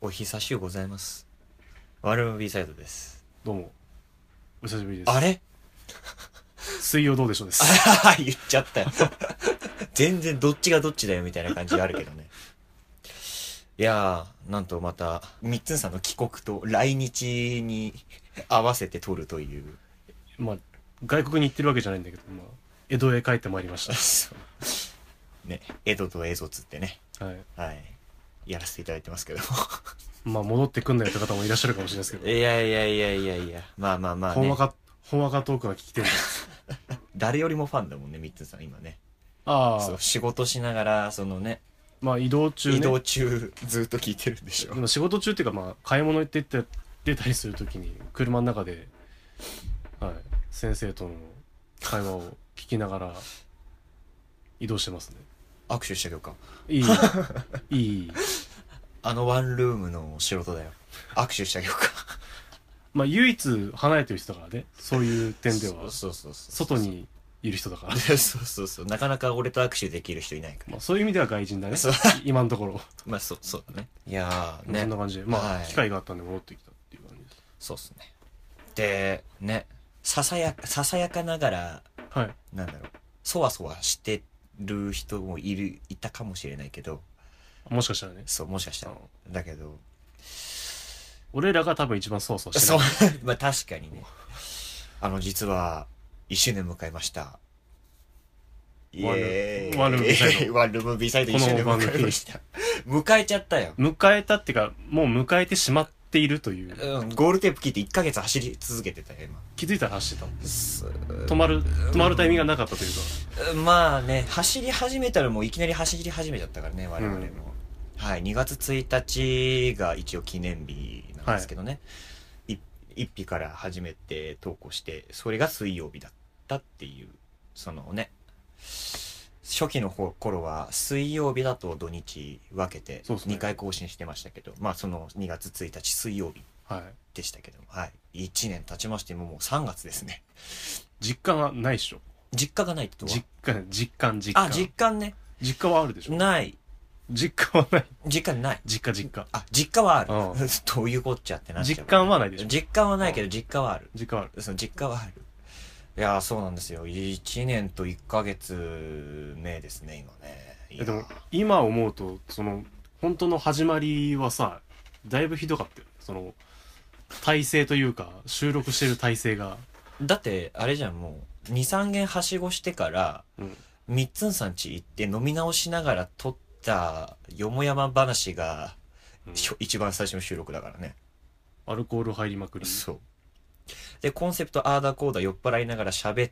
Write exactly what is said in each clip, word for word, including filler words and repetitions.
お久しゅうございます。ワルム B サイドです。 どうもお久しぶりです。 あれ水曜どうでしょうです。 あ言っちゃったよ全然どっちがどっちだよみたいな感じがあるけどね。いやー、なんとまたみっつんさんの帰国と来日に合わせて撮るという。 まあ外国に行ってるわけじゃないんだけど、まあ、江戸へ帰ってまいりましそうね、江戸と江戸つってね、 た。はいはいやらせていただいてますけどまあ戻ってくんなよって方もいらっしゃるかもしれないですけど、 いやいやいやいやいや、まあまあまあね、 ほんわかほんわかトークが聞きてるんだ誰よりもファンだもんね、みっつんさん今ね。 ああ、 そう仕事しながらそのね、 まあ移動中ね、 移動中ずっと聞いてるんでしょ。 でも仕事中っていうか、まあ買い物行ってって出たりするときに車の中で、はい、先生との会話を聞きながら移動してますね。 握手してあげようか。 いいいいあのワンルームの仕事だよ。握手してあげようか。 まあ唯一離れてる人だからね、そういう点ではそうそうそうそう外にいる人だからそうそうそう、なかなか俺と握手できる人いないから。 まあそういう意味では外人だねそう今のところまあそそうだね。いやーね、 そんな感じでまあ、 はい、 機会があったんで戻ってきたっていう感じです。 そうっすね。でね、ささやささやかながら、 はい、 なんだろう、そわそわしてる人もいるいたかもしれないけど、 もしかしたらね、 そうもしかしたらだけど、 俺らが多分一番そうそうしてそうないまあ確かにね、あの実はいっしゅうねん迎えました。イエーイワンルーム B サイドワンルーム B サイドいっしゅうねん迎えました。迎えちゃったよ。 迎えたっていうかもう迎えてしまっているという、 うん、ゴールテープ切っていっかげつ走り続けてたよ今。 気づいたら走ってた。 す止まる止まるタイミングがなかったというか、 まあね、走り始めたらもういきなり走り始めちゃったからね、我々も、 うん、 はい、にがつついたちが一応記念日なんですけどね、はい、いち日から始めて投稿して、それが水曜日だったっていう、そのね、初期の頃は水曜日だと土日分けてにかい更新してましたけど、ね、まあそのにがつついたち水曜日でしたけど、はい、いちねん経ちましてももうさんがつですね。 実感がないっしょ。 実家がないってとは実感実感実感あ、実感ね。 実家はあるでしょ。 ない実家はない。 実家ない。 実家実家あ、実家はある。 うん、 どういうこっちゃってなっちゃう。 実感はないでしょ。 実感はないけど実家はある。 実家はある。 その実家はある。いやー、そうなんですよ。いちねんといっかげつめですね今ね。 えでも今思うとその本当の始まりはさ、だいぶひどかったよ。その体勢というか収録してる体勢が。 だってあれじゃん、もうにさんげんはしごしてから、うん、みっつんさんち行って飲み直しながら撮ったよもやま話が、うん、一番最初の収録だからね。 アルコール入りまくり。 そうで、コンセプトあーだこーだ酔っ払いながら喋って、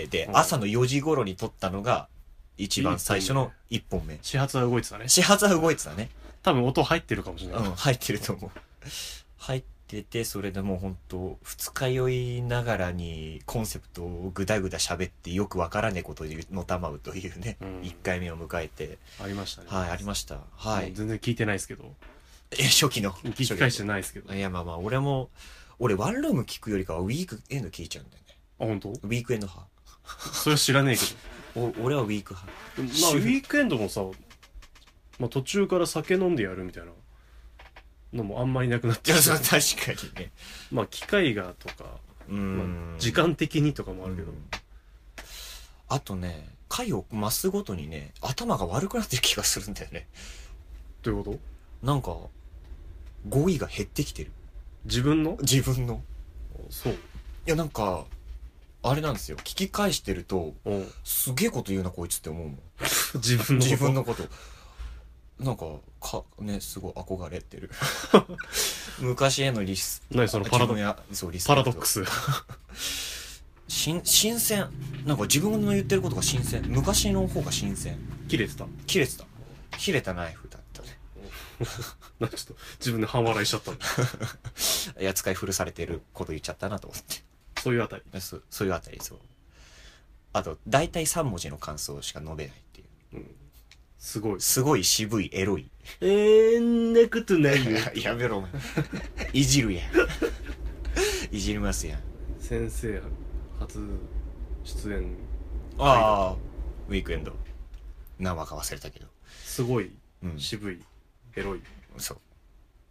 で、うん、朝のよじ頃に撮ったのが一番最初のいっぽんめ。 始発は動いてたね。 始発は動いてたね。 多分音入ってるかもしれない。 うん、入ってると思う。入ってて、それでもうほんと二日酔いながらにコンセプトをぐだぐだ喋ってよくわからねえことでのたまうというね、うん、いっかいめを迎えて。 ありましたね。 はい、ありました。はい。 全然聞いてないですけど。 え、初期の。 聞き返してないですけど。 いや、まあまあ、俺も、俺ワンルーム聞くよりかはウィークエンド聞いちゃうんだよね。 あ、本当？ ウィークエンド派。 それは知らねえけど。お、俺はウィーク派。 まあ、ウィークエンドもさ、まあ途中から酒飲んでやるみたいなのもあんまりなくなってきて。 確かにね。 まあ機会がとか、うん、まあ、時間的にとかもあるけど。 あとね、回を増すごとにね、頭が悪くなってる気がするんだよね。 どういうこと？ なんか、語彙が減ってきてる。 自分の？ 自分の。 そう。いや、なんか、あれなんですよ。聞き返してると、すげえこと言うな、こいつって思うもん。 自分のこと。 自分のこと。なんか、か、ね、すごい憧れてる。昔へのリス、 何そのパラドパラドックス。 新、新鮮。なんか自分の言ってることが新鮮。昔の方が新鮮。 切れてた切れてた。切れたナイフだったね。 なんかちょっと自分で半笑いしちゃったんだ。 いや、使い古されてること言っちゃったなと思って。 そういうあたり。 そ, そういうあたり、そう。あと、大体さん文字の感想しか述べないっていう。うん、 すごい。 すごい渋い、エロい。 えーんなことないよ。 やめろ、お前。いじるやん。いじりますやん。 先生、初出演。 ああ、ウィークエンド。何話か忘れたけど。 すごい、うん、渋い、エロい。 そう。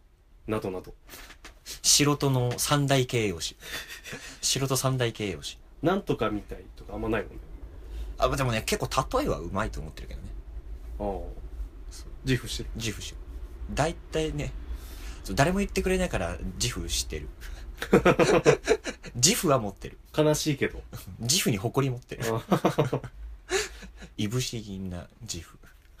などなど。 素人の三大形容詞。素人三大形容詞。 なんとかみたいとかあんまないもんね。 あ、でもね、結構例えはうまいと思ってるけどね。 ああ。自負してる。 自負しよう。大体ね、そう誰も言ってくれないから自負してる。自負は持ってる。 悲しいけど。 自負に誇り持ってる。 あいぶし銀な自負。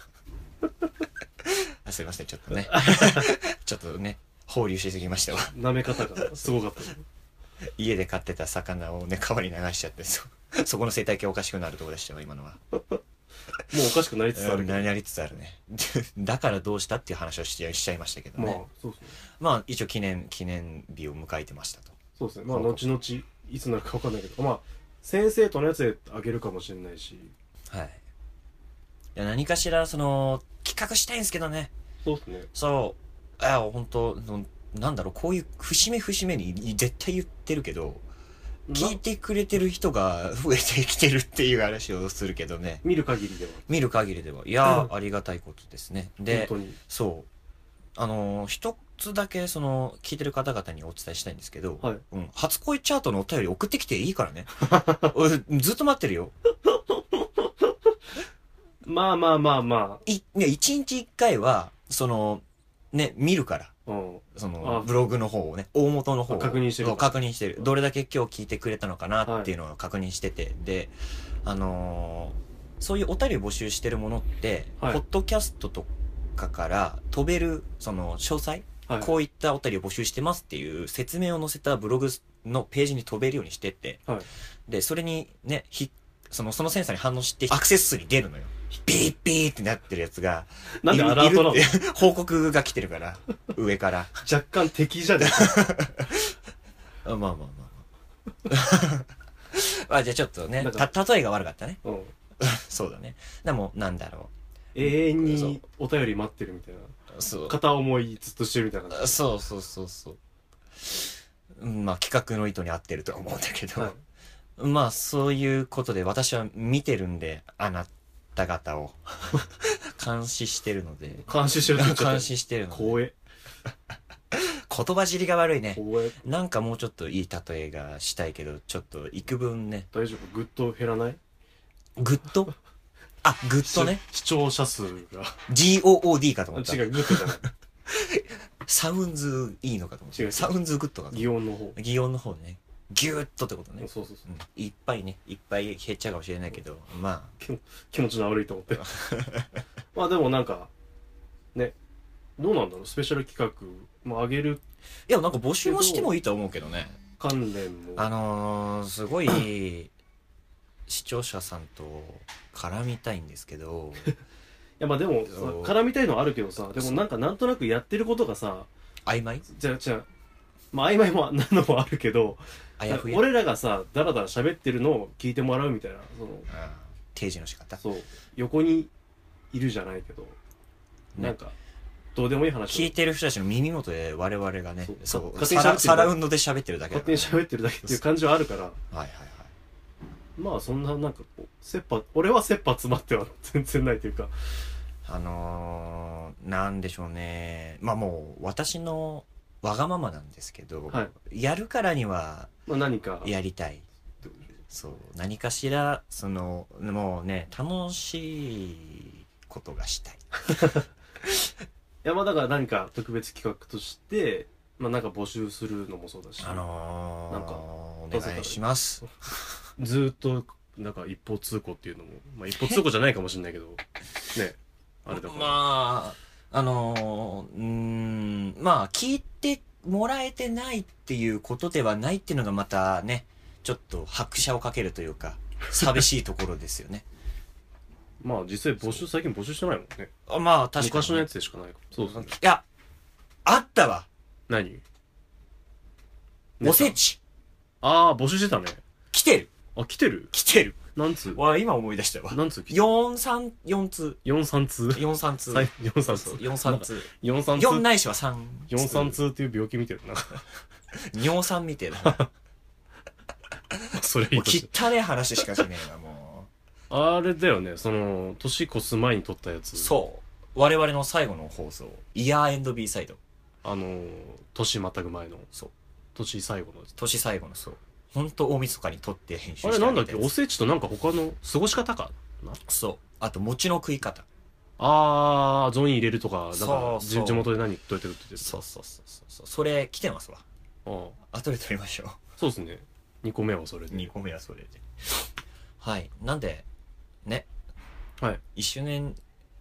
あ、すいません、ちょっとね。ちょっとね、放流しすぎましたわ。 舐め方がすごかった。 家で飼ってた魚をね、川に流しちゃって、そ、そこの生態系おかしくなるとこでしたわ、今のは。 もうおかしくなりつつあるけど。 なりつつあるね。だからどうしたっていう話をしちゃしちゃいましたけどね。 まあ、そうですね。 まあ、一応記念、記念日を迎えてましたと。 そうですね。まあ、後々、いつなるかわかんないけど、まあ、先生とのやつであげるかもしれないし。 はい。いや、何かしら、その、企画したいんですけどね。 そうですね。 そう。あ、本当のなんだろう、こういう節目節目に絶対言ってるけど、聞いてくれてる人が増えてきてるっていう話をするけどね。 見る限りでは。 見る限りでは。いやー、ありがたいことですね。で、 本当に。 そう。あのー、一つだけ、その、聞いてる方々にお伝えしたいんですけど、 はい。 うん、初恋チャートのお便り送ってきていいからね。俺、ずっと待ってるよ。 まあまあまあまい、ね、一日一回は、その、ね、見るから。 あ。うん。 そあの、ブログの方をね、大元の方を。 確認してる確認してる。どれだけ今日聞いてくれたのかなっていうのを確認してて。で、あのー、そういうお便りを募集してるものって、 はい、 ポッドキャストとかから飛べる、その、詳細、はい、こういったお便りを募集してますっていう説明を載せたブログのページに飛べるようにしてて、 はい、 で、それにね、ひ、その、そのセンサーに反応して、アクセス数に出るのよ。ビービーってなってるやつが、 なんでアラートなの？ 報告が来てるから、上から。 若干敵じゃねえか。まあまあまあまあ。まあじゃあちょっとね、た、例えが悪かったね。うん。そうだね。でも、なんだろう。永遠にお便り待ってるみたいな。そう。片思いずっとしてるみたいな感じ。 そうそうそうそう。まあ企画の意図に合ってるとは思うんだけど。はい、まあそういうことで私は見てるんで、あなた方を監視してるので。 監視してるの監視してるので。 光栄。 言葉尻が悪いね。なんかもうちょっといい例えがしたいけど、ちょっと幾分ね。 大丈夫？グッと減らない？ グッとあ、グッとね。 視聴者数が。 ジーオーオーディー かと思った。 違う、グッとじゃない。 サウンズいいのかと思った。違う。サウンズグッドかと思った。 擬音の方。 擬音の方ね。ギューッとってことね。 そうそうそう、 うん。いっぱいね、いっぱい減っちゃうかもしれないけど、まあ。 気持ちの悪いと思って。まあでもなんか、ね、どうなんだろう、スペシャル企画、まあ、上げる。 いや、なんか募集はしてもいいと思うけどね。 関連も。 あのー、すごい、視聴者さんと絡みたいんですけど。 いや、まあでも、絡みたいのはあるけどさ、でもなんかなんとなくやってることがさ、 曖昧じゃあ、じゃあ、まあ曖昧もなのもあるけど、 あやふや俺らがさ、だらだら喋ってるのを聞いてもらうみたいな、その、 提示の仕方。 そう、横にいるじゃないけど、ね、なんか、どうでもいい話聞いてる人たちの耳元で我々がね、そう、 勝手に喋ってるサラウンドで喋ってるだけだから、勝手に喋ってるだけっていう感じはあるから、 はいはいはい。 まあそんななんかこう、切羽、俺は切羽詰まっては全然ないというか、 あのー、なんでしょうね。まあもう、私のわがままなんですけど、はい、やるからには、 まあ何か、 やりたい。そう、何かしら、その、もうね、楽しいことがしたい。 いやまあだから何か特別企画として、まあなんか募集するのもそうだし、 あのー、なんか、お願いします。 ずーっと、なんか一方通行っていうのも、まあ一方通行じゃないかもしれないけど、ね。あれだから。 まあ、あのー、うーん、まあ、聞いてもらえてないっていうことではないっていうのがまたね、ちょっと拍車をかけるというか、寂しいところですよね。 まあ実際募集、最近募集してないもんね。 あまあ確かに、ね。 昔のやつでしかないかそうそう。いや、あったわ。 何？ おせち。 ああ、募集してたね。 来てる。 あ、来てる？ 来てる。 何通？ わ、今思い出したわ。 何通？ よん、さん、よん通。 よん、さん通？ よん、さん通。 よん、さん通。 よん、さん通。 よん、さん通。 よんないしはさん。 よん、さん通っていう病気見てるな。 尿酸みてえだ。 それいいとして。汚ねえ話しかしねえな、もう。あれだよね、その、年越す前に撮ったやつ。 そう。我々の最後の放送。イヤーエンド B サイド。 あのー、年またぐ前のそう年最後のやつ。 年最後のそう本当大晦日に撮って編集あれしてなんだっけおあげたやつせちとなんか他の過ごし方かな。 そうあと餅の食い方あーゾイン入れるとかなんそかうそう地地元で何どうやってるって言ってそうそうそうそうそうそれ来てますわた。ああ後で撮りましょそうですね。にこめはそれうで。 にこめはそれではいなんでねはい。 いっしゅうねん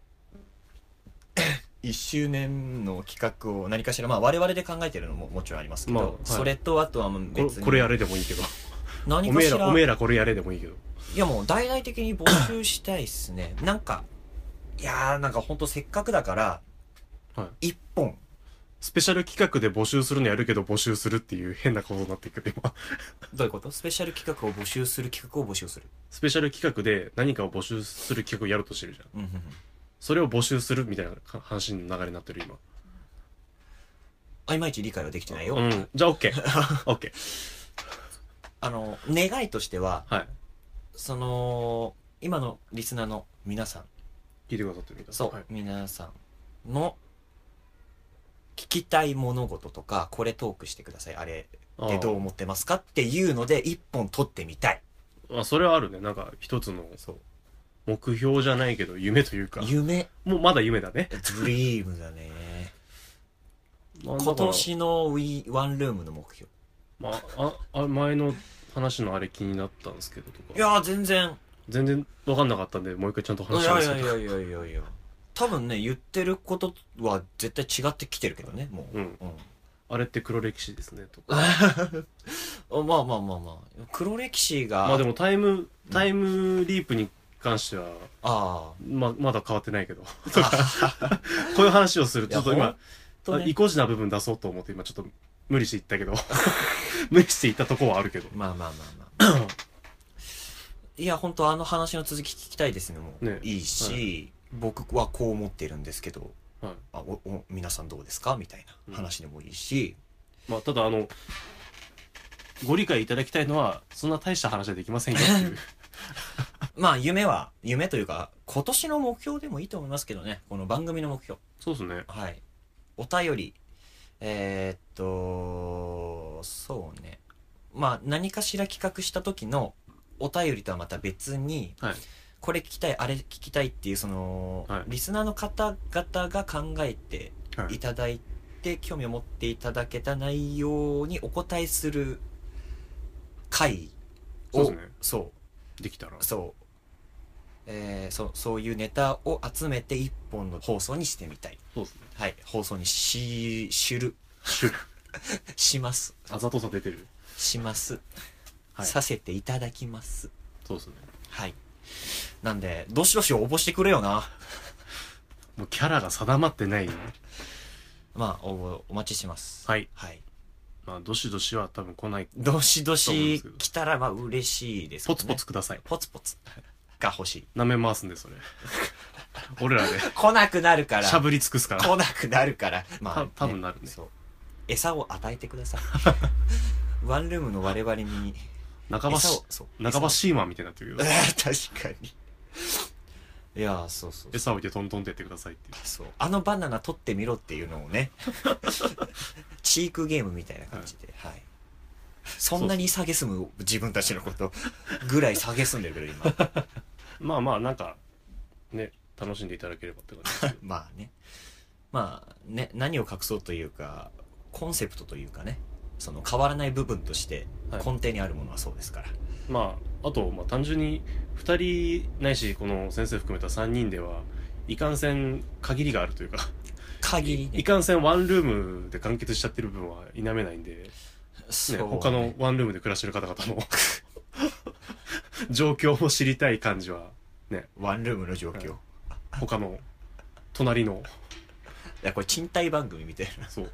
いっしゅうねんの企画を何かしらまあ我々で考えてるのももちろんありますけど、 まあはいそれとあとはもうこ別にれこれやれでもいいけど。 何かしらおめえら、おめえらこれやれでもいいけど。 いやもう大々的に募集したいっすねなんかいやーなんかほんとせっかくだからはい。 一本スペシャル企画で募集するのやるけど募集するっていう変なことになっていく今。 どういうことスペシャル企画を募集する企画を募集するスペシャル企画で何かを募集する企画をやるとしてるじゃん。 うんうんうんそれを募集するみたいな話の流れになってる今。 あいまいち理解はできてないよ、 うん。じゃあ OK。OK。 あの願いとしてははい。 その今のリスナーの皆さん聞いてくださってるみたいな。 そう、 はい。 皆さんの聞きたい物事とかこれトークしてくださいあれあでどう思ってますかっていうので一本取ってみたいあ、それはあるね。なんか一つのそう目標じゃないけど夢というか。 夢もうまだ夢だね。 ドリームだねまあ今年のウィワンルームの目標まあ、あ、あ前の話のあれ気になったんですけどとか。 いやー全然全然分かんなかったんで、もう一回ちゃんとい話しますやいやいやいやいやいや多分ね言ってることは絶対違ってきてるけどねもう、 うんうんあれって黒歴史ですね、とか。 まあまあまあまあ黒歴史がまあでもタイム、タイムリープに関しては、 あま、まだ変わってないけど。 あこういう話をすると、ちょっと今、 とね意固地な部分出そうと思って今ちょっと無理して言ったけど。無理して言ったとこはあるけど。 まあまあまあまあいや本当あの話の続き聞きたいですねもうねいいし、僕はこう思ってるんですけどはい。 あおお皆さんどうですかみたいな話でもいいし、 まあただあの、ご理解いただきたいのは、そんな大した話はできませんよっていう。 まあ夢は夢というか今年の目標でもいいと思いますけどねこの番組の目標そうですね。 はいお便りえー、っとそうねまあ何かしら企画した時のお便りとはまた別に、 はい。 これ聞きたいあれ聞きたいっていうその、 はいリスナーの方々が考えてはいいただいて、興味を持っていただけた内容にお答えする回をそうですねそうできたら。 そうえー、そうそういうネタを集めて一本の放送にしてみたいそうですね。 はい放送にししるシュル。 しますあざとさ出てる。 します、 はい。 させていただきますそうですね。 はいなんでどしどし応募してくれよなもうキャラが定まってない。 まあ応募お待ちしてますはい。 はいまあ、どしどしは多分来ない。 どしどそうなんですけどし来たらまあ嬉しいですけポツどねポツください。 ポツポツが欲しい舐め回すんで、それ。俺らで。 来なくなるからしゃぶり尽くすから。 来なくなるからまあ、ね、 た多分なるねそう餌を与えてくださいワンルームの我々に半ばし餌を、そう半ばシーマンみたいになってるけど。 確かにいやーそうそうそう餌置いてトントンってやってくださいっていう。 そうあのバナナ取ってみろっていうのをねチークゲームみたいな感じで、はいそんなに蔑む自分たちのことぐらい蔑んでるけど今まあまあ、なんか、ね、楽しんでいただければって感じですけど。 まあねまあね何を隠そうというかコンセプトというかねその変わらない部分としてはい根底にあるものはそうですから、 まあ、あと、まあ単純に、二人ないし、この先生含めた三人では、いかんせん限りがあるというか、 限りねいかんせんワンルームで完結しちゃってる部分は否めないんで、 そうね、他のワンルームで暮らしてる方々の状況も知りたい感じは、ね、 ワンルームの状況、 はい他の、隣の、 いやこれ賃貸番組みたいなそう。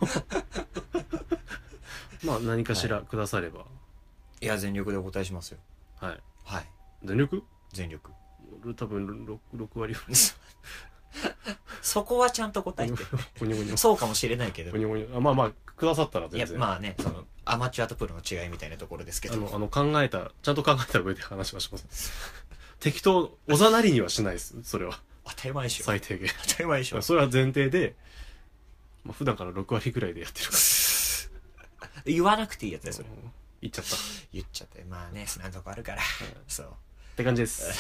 まあ何かしらくだされば、 いや全力でお答えしますよはい。 はい全力全力俺多分 6, 6割そこはちゃんと答えてゴニョゴニョそうかもしれないけどゴニョゴニョあまあまあくださったらいや全然まあねそのアマチュアとプロの違いみたいなところですけどあのあの考えたちゃんと考えた上で話はします適当おざなりにはしないですそれは当たり前でしょ最低限当たり前でしょそれは前提でまあ、普段からろく割ぐらいでやってるか言わなくていいやつだらよそれ。 言っちゃったっ言っちゃってまあねそんなとこあるから、そうて感じです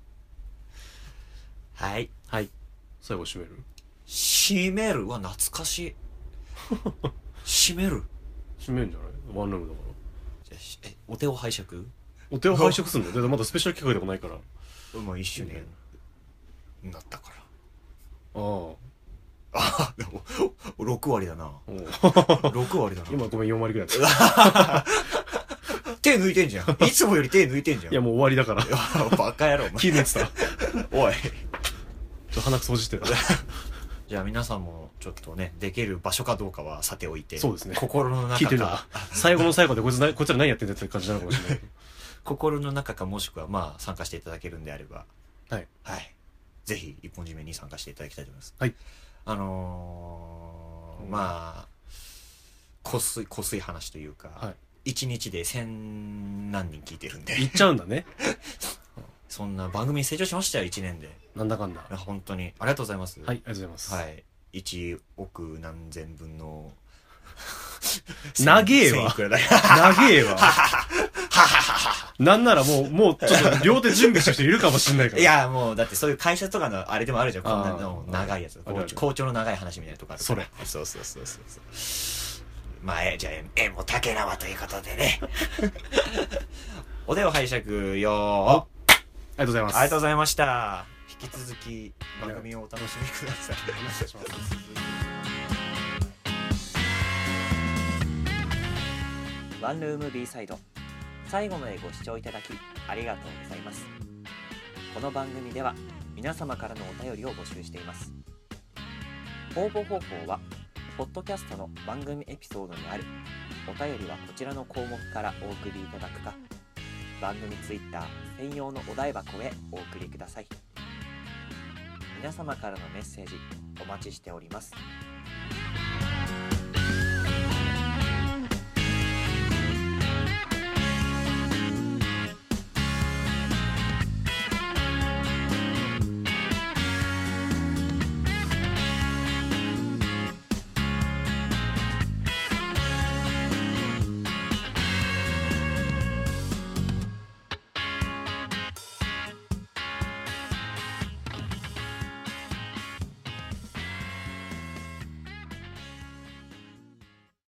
はい。 はい。最後締める閉めるは懐かしい閉める締めるんじゃないワンルームだかじゃあしえお手を拝借らお手を拝借すんだよだってまだスペシャル企画でもないからもう一周年になったからああでもろく割だなあろく割だな今ごめんよん割ぐらいだった手抜いてんじゃんいつもより手抜いてんじゃんいやもう終わりだからバカ野郎お前気抜いてたおいちょっと鼻くそほじってたじゃあ皆さんもちょっとねできる場所かどうかはさておいてそうですね心の中聞いてるのか最後の最後でこいつなこいつら何やってんだって感じなのかもしれない心の中かもしくはまあ参加していただけるんであればはいはいぜひ一本締めに参加していただきたいと思いますはいあのーうん、まあこすいこすい話というか、はい、いちにちで千何人聞いてるんで言っちゃうんだねそんな番組に成長しましたよいちねんでなんだかんだ本当にありがとうございますはいありがとうございますはいいちおく何千分の長えわ長えわなんならもうもうちょっと両手準備した人いるかもしんないからいやもうだってそういう会社とかのあれでもあるじゃんこんなの長いやつ校長の長い話みたいなとこあるそれそうそうそうそうそうまあえじゃあ縁も竹縄ということでねお手を拝借よありがとうございますありがとうございました引き続き番組をお楽しみくださいお願いしますワンルーム B サイド最後までご視聴いただきありがとうございます。この番組では皆様からのお便りを募集しています。応募方法はポッドキャストの番組エピソードにあるお便りはこちらの項目からお送りいただくか、番組ツイッター専用のお題箱へお送りください。皆様からのメッセージお待ちしております。